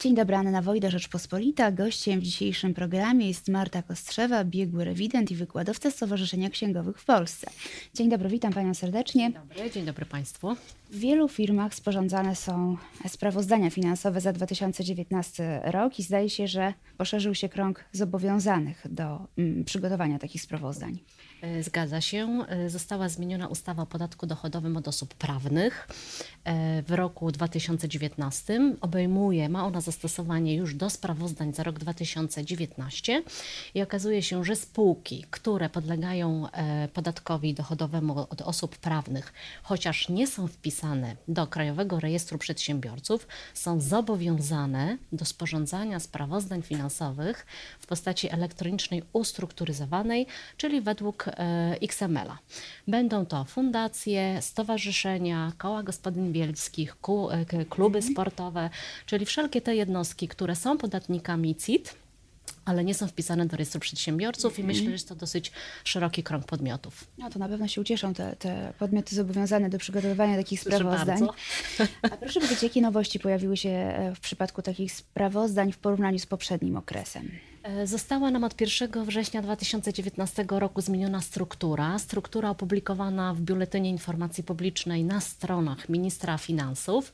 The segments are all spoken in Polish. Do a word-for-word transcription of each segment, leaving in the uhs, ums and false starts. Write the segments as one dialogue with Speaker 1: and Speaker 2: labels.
Speaker 1: Dzień dobry, Anna Wojda, Rzeczpospolita. Gościem w dzisiejszym programie jest Marta Kostrzewa, biegły rewident i wykładowca Stowarzyszenia Księgowych w Polsce. Dzień dobry, witam Panią serdecznie.
Speaker 2: Dzień dobry, dzień dobry Państwu.
Speaker 1: W wielu firmach sporządzane są sprawozdania finansowe za dwa tysiące dziewiętnasty rok i zdaje się, że poszerzył się krąg zobowiązanych do mm, przygotowania takich sprawozdań.
Speaker 2: Zgadza się. Została zmieniona ustawa o podatku dochodowym od osób prawnych w roku dwa tysiące dziewiętnastym. Obejmuje, ma ona zastosowanie już do sprawozdań za rok dwa tysiące dziewiętnasty i okazuje się, że spółki, które podlegają podatkowi dochodowemu od osób prawnych, chociaż nie są wpisane do Krajowego Rejestru Przedsiębiorców, są zobowiązane do sporządzania sprawozdań finansowych w postaci elektronicznej ustrukturyzowanej, czyli według X M L a. Będą to fundacje, stowarzyszenia, koła gospodyń wiejskich, kluby sportowe, czyli wszelkie te jednostki, które są podatnikami C I T, ale nie są wpisane do rejestru przedsiębiorców i myślę, że jest to dosyć szeroki krąg podmiotów.
Speaker 1: No to na pewno się ucieszą te, te podmioty zobowiązane do przygotowywania takich
Speaker 2: Proszę
Speaker 1: sprawozdań.
Speaker 2: bardzo.
Speaker 1: A proszę powiedzieć, jakie nowości pojawiły się w przypadku takich sprawozdań w porównaniu z poprzednim okresem?
Speaker 2: Została nam od pierwszego września dwa tysiące dziewiętnastego roku zmieniona struktura. Struktura opublikowana w Biuletynie Informacji Publicznej na stronach Ministra Finansów.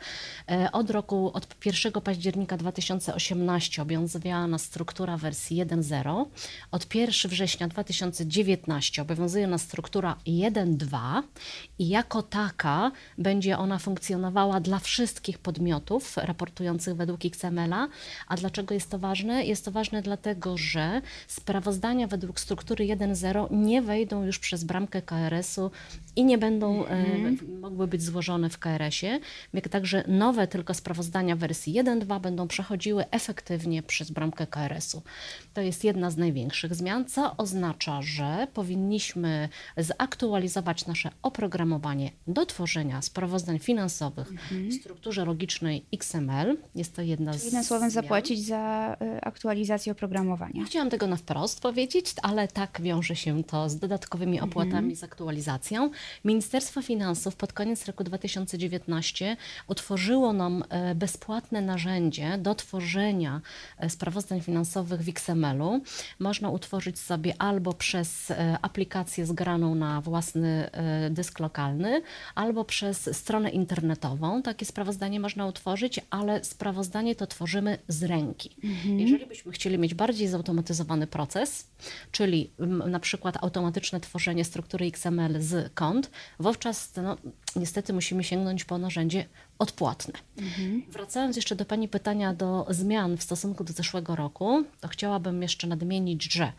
Speaker 2: Od roku, od pierwszego października dwa tysiące osiemnastego obowiązywała nas struktura wersji jeden zero. Od pierwszego września dwa tysiące dziewiętnastego obowiązuje nas struktura jeden dwa i jako taka będzie ona funkcjonowała dla wszystkich podmiotów raportujących według X M L a. A dlaczego jest to ważne? Jest to ważne dlatego, że sprawozdania według struktury jeden zero nie wejdą już przez bramkę K R S u i nie będą mm. e, mogły być złożone w K R S ie. Także nowe tylko sprawozdania wersji jeden dwa będą przechodziły efektywnie przez bramkę K R S u. To jest jedna z największych zmian, co oznacza, że powinniśmy zaktualizować nasze oprogramowanie do tworzenia sprawozdań finansowych mm. w strukturze logicznej X M L. Jest to jedna z
Speaker 1: Jednym słowem
Speaker 2: zmian.
Speaker 1: zapłacić za y, aktualizację oprogramowania.
Speaker 2: Nie chciałam tego na wprost powiedzieć, ale tak wiąże się to z dodatkowymi opłatami, mm. z aktualizacją. Ministerstwo Finansów pod koniec roku dwa tysiące dziewiętnastego utworzyło nam bezpłatne narzędzie do tworzenia sprawozdań finansowych w X M L u. Można utworzyć sobie albo przez aplikację zgraną na własny dysk lokalny, albo przez stronę internetową. Takie sprawozdanie można utworzyć, ale sprawozdanie to tworzymy z ręki. Mm. Jeżeli byśmy chcieli mieć bardziej zautomatyzowany proces, czyli na przykład automatyczne tworzenie struktury X M L z kont, wówczas no, niestety musimy sięgnąć po narzędzie odpłatne. Mhm. Wracając jeszcze do Pani pytania do zmian w stosunku do zeszłego roku, to chciałabym jeszcze nadmienić, że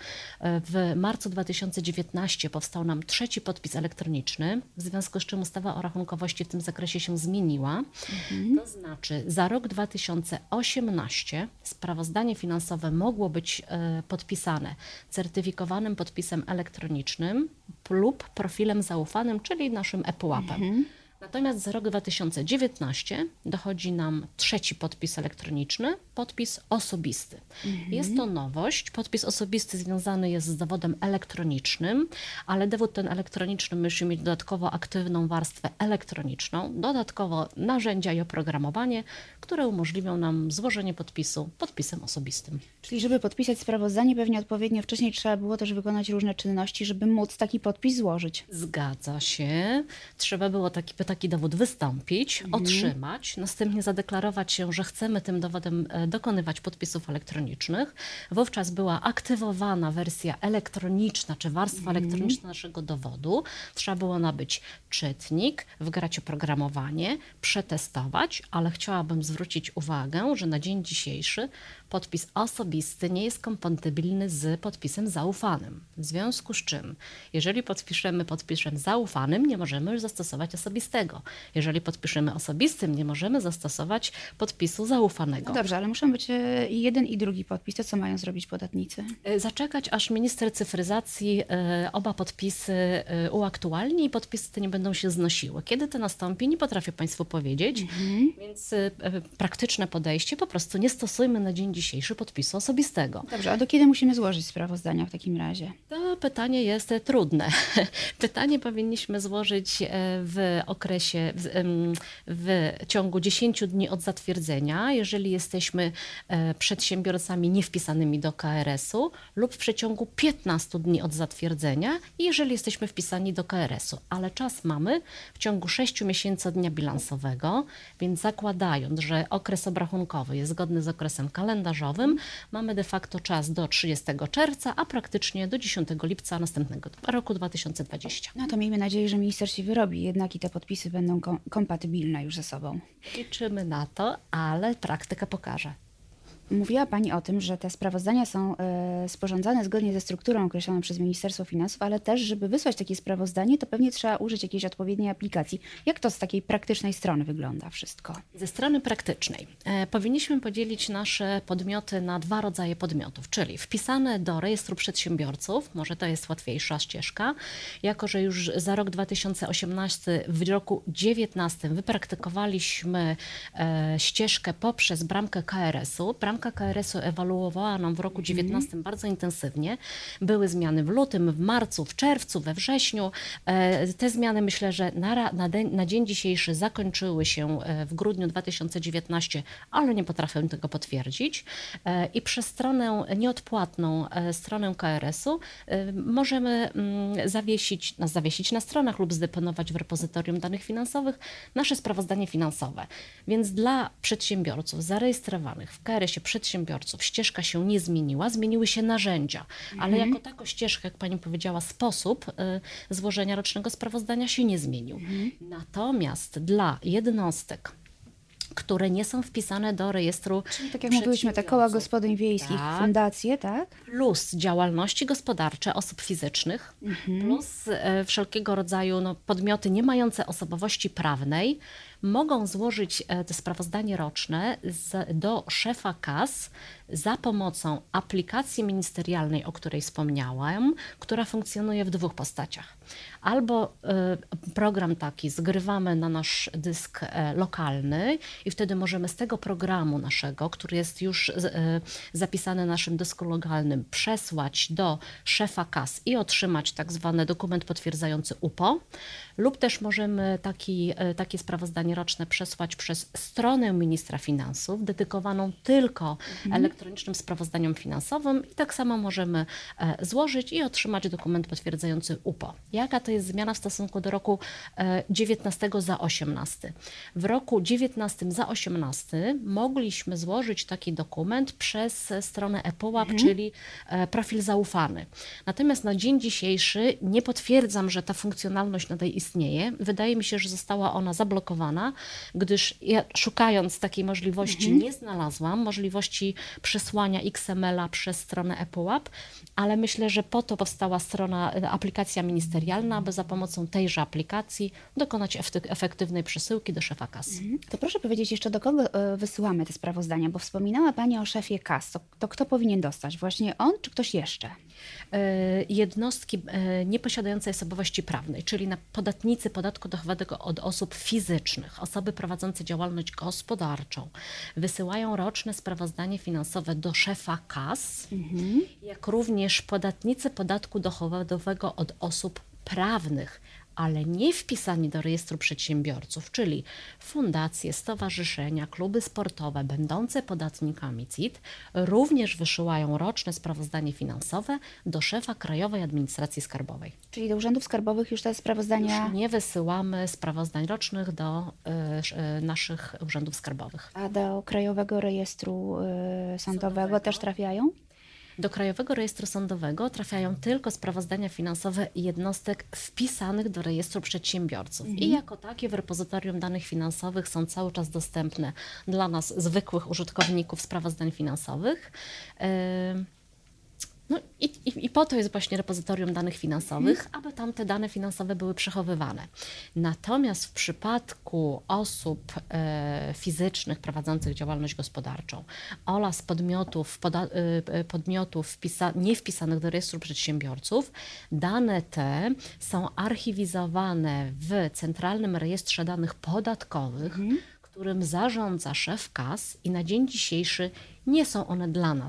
Speaker 2: w marcu dwa tysiące dziewiętnastego powstał nam trzeci podpis elektroniczny, w związku z czym ustawa o rachunkowości w tym zakresie się zmieniła. Mhm. To znaczy za rok dwa tysiące osiemnasty sprawozdanie finansowe mogło być e, podpisane certyfikowanym podpisem elektronicznym lub profilem zaufanym, czyli naszym e pułapem. Mhm. Natomiast za rok dwa tysiące dziewiętnasty dochodzi nam trzeci podpis elektroniczny, podpis osobisty. Mhm. Jest to nowość. Podpis osobisty związany jest z dowodem elektronicznym, ale dowód ten elektroniczny musi mieć dodatkowo aktywną warstwę elektroniczną, dodatkowo narzędzia i oprogramowanie, które umożliwią nam złożenie podpisu podpisem osobistym.
Speaker 1: Czyli żeby podpisać sprawozdanie, pewnie odpowiednio wcześniej trzeba było też wykonać różne czynności, żeby móc taki podpis złożyć.
Speaker 2: Zgadza się. Trzeba było taki taki dowód wystąpić, mhm. otrzymać, następnie zadeklarować się, że chcemy tym dowodem dokonywać podpisów elektronicznych. Wówczas była aktywowana wersja elektroniczna, czy warstwa mhm. elektroniczna naszego dowodu. Trzeba było nabyć czytnik, wgrać oprogramowanie, przetestować, ale chciałabym zwrócić uwagę, że na dzień dzisiejszy podpis osobisty nie jest kompatybilny z podpisem zaufanym. W związku z czym, jeżeli podpiszemy podpisem zaufanym, nie możemy już zastosować osobistego. Jeżeli podpiszemy osobistym, nie możemy zastosować podpisu zaufanego.
Speaker 1: No dobrze, ale muszą być jeden i drugi podpis. To co mają zrobić podatnicy?
Speaker 2: Zaczekać, aż minister cyfryzacji oba podpisy uaktualni i podpisy te nie będą się znosiły. Kiedy to nastąpi, nie potrafię Państwu powiedzieć, mhm. więc praktyczne podejście, po prostu nie stosujmy na dzień dzisiejszy podpisu osobistego.
Speaker 1: Dobrze, a do kiedy musimy złożyć sprawozdania w takim razie?
Speaker 2: To pytanie jest trudne. Pytanie powinniśmy złożyć w okresie okresie, w, em, w ciągu dziesięciu dni od zatwierdzenia, jeżeli jesteśmy e, przedsiębiorcami niewpisanymi do K R S-u, lub w przeciągu piętnastu dni od zatwierdzenia, jeżeli jesteśmy wpisani do K R S-u. Ale czas mamy w ciągu sześciu miesięcy od dnia bilansowego, więc zakładając, że okres obrachunkowy jest zgodny z okresem kalendarzowym, mamy de facto czas do trzydziestego czerwca, a praktycznie do dziesiątego lipca następnego roku dwa tysiące dwudziestego.
Speaker 1: No to miejmy nadzieję, że minister się wyrobi, jednak i te podpisy będą kom- kompatybilne już ze sobą.
Speaker 2: Liczymy na to, ale praktyka pokaże.
Speaker 1: Mówiła Pani o tym, że te sprawozdania są e, sporządzane zgodnie ze strukturą określoną przez Ministerstwo Finansów, ale też, żeby wysłać takie sprawozdanie, to pewnie trzeba użyć jakiejś odpowiedniej aplikacji. Jak to z takiej praktycznej strony wygląda wszystko?
Speaker 2: Ze strony praktycznej e, powinniśmy podzielić nasze podmioty na dwa rodzaje podmiotów, czyli wpisane do rejestru przedsiębiorców, może to jest łatwiejsza ścieżka, jako że już za rok dwa tysiące osiemnasty, w roku dziewiętnastym wypraktykowaliśmy e, ścieżkę poprzez bramkę K R S-u. Bramka K R S-u ewaluowała nam w roku dziewiętnastym mm. bardzo intensywnie. Były zmiany w lutym, w marcu, w czerwcu, we wrześniu. E, te zmiany myślę, że na, na, de, na dzień dzisiejszy zakończyły się w grudniu dwa tysiące dziewiętnastego, ale nie potrafię tego potwierdzić. E, I przez stronę nieodpłatną, e, stronę K R S-u e, możemy mm, zawiesić, no, zawiesić na stronach lub zdeponować w repozytorium danych finansowych nasze sprawozdanie finansowe. Więc dla przedsiębiorców zarejestrowanych w K R S-ie przedsiębiorców ścieżka się nie zmieniła, zmieniły się narzędzia, ale
Speaker 1: Mhm.
Speaker 2: jako tako ścieżka, jak Pani powiedziała, sposób y, złożenia rocznego sprawozdania się nie zmienił.
Speaker 1: Mhm.
Speaker 2: Natomiast dla jednostek, które nie są wpisane do rejestru
Speaker 1: Czyli tak jak mówiłyśmy, te koła gospodyń wiejskich,
Speaker 2: Tak.
Speaker 1: fundacje, tak?
Speaker 2: plus działalności gospodarcze osób fizycznych,
Speaker 1: Mhm.
Speaker 2: plus e, wszelkiego rodzaju no, podmioty nie mające osobowości prawnej, mogą złożyć e, to sprawozdanie roczne z, do szefa K A S za pomocą aplikacji ministerialnej, o której wspomniałam, która funkcjonuje w dwóch postaciach. Albo e, program taki zgrywamy na nasz dysk e, lokalny i wtedy możemy z tego programu naszego, który jest już z, e, zapisany na naszym dysku lokalnym, przesłać do szefa K A S i otrzymać tak zwany dokument potwierdzający U P O, lub też możemy taki, e, takie sprawozdanie roczne przesłać przez stronę ministra finansów, dedykowaną tylko
Speaker 1: Mhm.
Speaker 2: elektronicznym sprawozdaniom finansowym i tak samo możemy e, złożyć i otrzymać dokument potwierdzający U P O. Jaka to jest zmiana w stosunku do roku e, dziewiętnastego za osiemnasty? W roku dziewiętnastym za osiemnasty mogliśmy złożyć taki dokument przez stronę ePUAP,
Speaker 1: Mhm.
Speaker 2: czyli e, profil zaufany. Natomiast na dzień dzisiejszy nie potwierdzam, że ta funkcjonalność nadal istnieje. Wydaje mi się, że została ona zablokowana, gdyż ja szukając takiej możliwości
Speaker 1: Mhm.
Speaker 2: nie znalazłam możliwości przesłania X M L-a przez stronę ePUAP, ale myślę, że po to powstała strona, e, aplikacja ministerialna, aby za pomocą tejże aplikacji dokonać efty- efektywnej przesyłki do szefa K A S.
Speaker 1: Mhm. To proszę powiedzieć jeszcze, do kogo e, wysyłamy te sprawozdania, bo wspominała Pani o szefie K A S. To, to kto powinien dostać? Właśnie on, czy ktoś jeszcze?
Speaker 2: E, Jednostki e, nieposiadające osobowości prawnej, czyli na podatnicy podatku dochodowego od osób fizycznych, osoby prowadzące działalność gospodarczą, wysyłają roczne sprawozdanie finansowe do szefa K A S,
Speaker 1: Mhm.
Speaker 2: jak również podatnicy podatku dochodowego od osób prawnych, ale nie wpisani do rejestru przedsiębiorców, czyli fundacje, stowarzyszenia, kluby sportowe będące podatnikami C I T, również wysyłają roczne sprawozdanie finansowe do szefa Krajowej Administracji Skarbowej.
Speaker 1: Czyli do urzędów skarbowych już te sprawozdania,
Speaker 2: Już nie wysyłamy sprawozdań rocznych do y, sz- y, naszych urzędów skarbowych.
Speaker 1: a do Krajowego Rejestru e, Sądowego,
Speaker 2: Sądowego.
Speaker 1: też trafiają?
Speaker 2: Do Krajowego Rejestru Sądowego trafiają tylko sprawozdania finansowe jednostek wpisanych do rejestru przedsiębiorców. I jako takie w repozytorium danych finansowych są cały czas dostępne dla nas, zwykłych użytkowników sprawozdań finansowych. Ym, No i, i, i po to jest właśnie repozytorium danych finansowych, aby tam te dane finansowe były przechowywane. Natomiast w przypadku osób e, fizycznych prowadzących działalność gospodarczą oraz podmiotów, poda, e, podmiotów wpisa, nie wpisanych do rejestru przedsiębiorców, dane te są archiwizowane w Centralnym Rejestrze Danych Podatkowych, którym zarządza szef K A S i na dzień dzisiejszy nie są one dla nas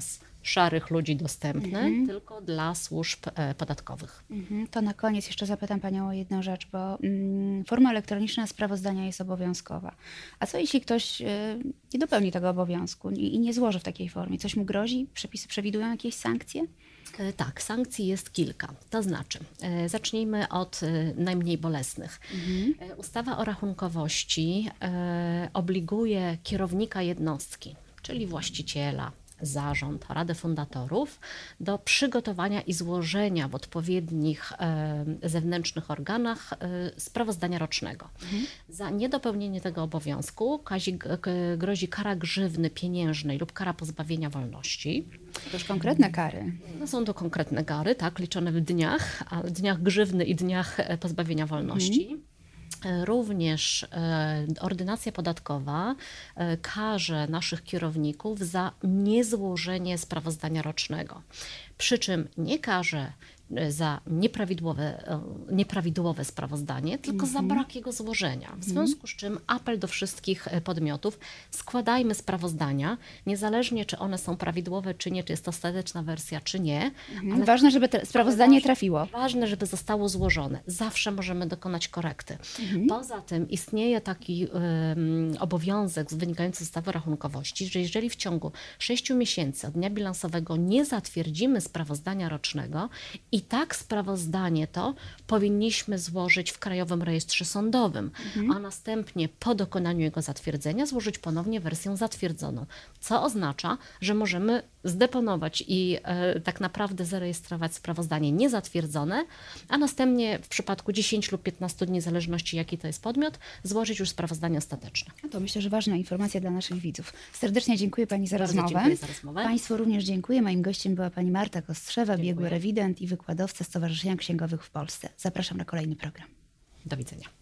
Speaker 2: szarych ludzi dostępne,
Speaker 1: Mhm.
Speaker 2: tylko dla służb e, podatkowych.
Speaker 1: Mhm. To na koniec jeszcze zapytam Panią o jedną rzecz, bo mm, forma elektroniczna sprawozdania jest obowiązkowa. A co jeśli ktoś y, nie dopełni tego obowiązku i, i nie złoży w takiej formie? Coś mu grozi? Przepisy przewidują jakieś sankcje?
Speaker 2: E, Tak, sankcji jest kilka. To znaczy, e, zacznijmy od e, najmniej bolesnych. E, Ustawa o rachunkowości e, obliguje kierownika jednostki, czyli właściciela, zarząd, radę fundatorów do przygotowania i złożenia w odpowiednich e, zewnętrznych organach e, sprawozdania rocznego. Za niedopełnienie tego obowiązku kazi, g- g- grozi kara grzywny pieniężnej lub kara pozbawienia wolności.
Speaker 1: To już konkretne kary.
Speaker 2: No są to konkretne kary, tak, liczone w dniach, a dniach grzywny i dniach e, pozbawienia wolności. E, Również e, ordynacja podatkowa e, karze naszych kierowników za niezłożenie sprawozdania rocznego. Przy czym nie karze e, za nieprawidłowe, e, nieprawidłowe sprawozdanie, tylko za brak jego złożenia. W związku z czym apel do wszystkich e, podmiotów, składajmy sprawozdania, niezależnie czy one są prawidłowe, czy nie, czy jest to ostateczna wersja, czy nie.
Speaker 1: Mhm. Ważne, żeby te sprawozdanie trafiło.
Speaker 2: Ważne, żeby zostało złożone. Zawsze możemy dokonać korekty. Poza tym istnieje taki um, obowiązek wynikający z ustawy o rachunkowości, że jeżeli w ciągu sześciu miesięcy od dnia bilansowego nie zatwierdzimy sprawozdania rocznego, i tak sprawozdanie to powinniśmy złożyć w Krajowym Rejestrze Sądowym, a następnie po dokonaniu jego zatwierdzenia złożyć ponownie wersję zatwierdzoną, co oznacza, że możemy zdeponować i e, tak naprawdę zarejestrować sprawozdanie niezatwierdzone, a następnie w przypadku dziesięciu lub piętnastu dni, w zależności jaki to jest podmiot, złożyć już sprawozdanie ostateczne.
Speaker 1: No to myślę, że ważna informacja dla naszych widzów. Serdecznie dziękuję Pani za
Speaker 2: Bardzo
Speaker 1: rozmowę.
Speaker 2: dziękuję za rozmowę.
Speaker 1: Państwu również dziękuję. Moim gościem była Pani Marta Kostrzewa,
Speaker 2: Dziękuję.
Speaker 1: biegły rewident i wykładowca Stowarzyszenia Księgowych w Polsce. Zapraszam na kolejny program.
Speaker 2: Do widzenia.